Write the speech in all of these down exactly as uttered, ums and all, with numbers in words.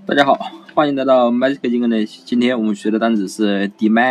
大家好，欢迎来到 Magic 金哥的。今天我们学的单词是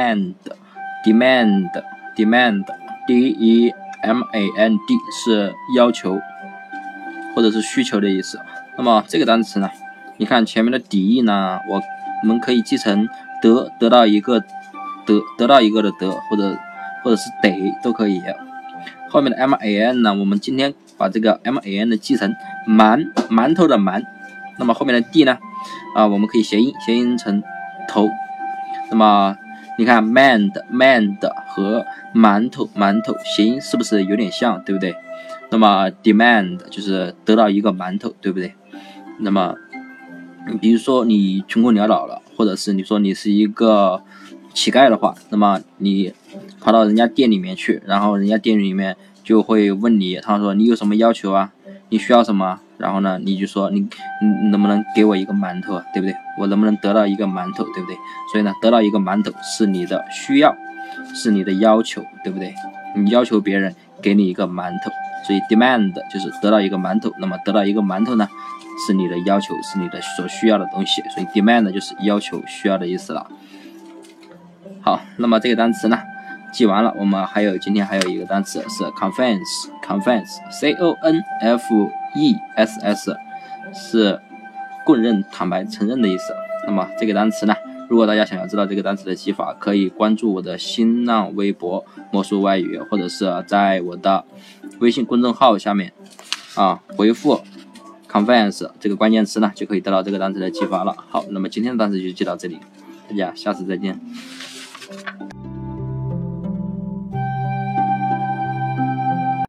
demand，demand，demand，d e m a n d 是要求或者是需求的意思。那么这个单词呢，你看前面的底意呢，我们可以记成得得到一个得得到一个的得，或者或者是得都可以。后面的 m a n 呢，我们今天把这个 m a n 的记成馒馒头的馒。那么后面的 d 呢？啊，我们可以谐音，谐音成头。那么你看 man 的 man 的和馒头馒头谐音是不是有点像，对不对？那么 demand 就是得到一个馒头，对不对？那么比如说你穷困潦倒了，或者是你说你是一个乞丐的话，那么你跑到人家店里面去，然后人家店里面就会问你，他说你有什么要求啊？你需要什么？然后呢，你就说你你能不能给我一个馒头啊，对不对？我能不能得到一个馒头，对不对？所以呢，得到一个馒头是你的需要，是你的要求，对不对？你要求别人给你一个馒头，所以 demand 就是得到一个馒头。那么得到一个馒头呢，是你的要求，是你的所需要的东西，所以 demand 就是要求、需要的意思了。好，那么这个单词呢记完了，我们还有今天还有一个单词是 confess confess c o n f e s s 是供认、坦白、承认的意思。那么这个单词呢，如果大家想要知道这个单词的记法，可以关注我的新浪微博魔术外语，或者是在我的微信公众号下面啊回复 confess 这个关键词呢，就可以得到这个单词的记法了。好，那么今天的单词就记到这里，大家下次再见。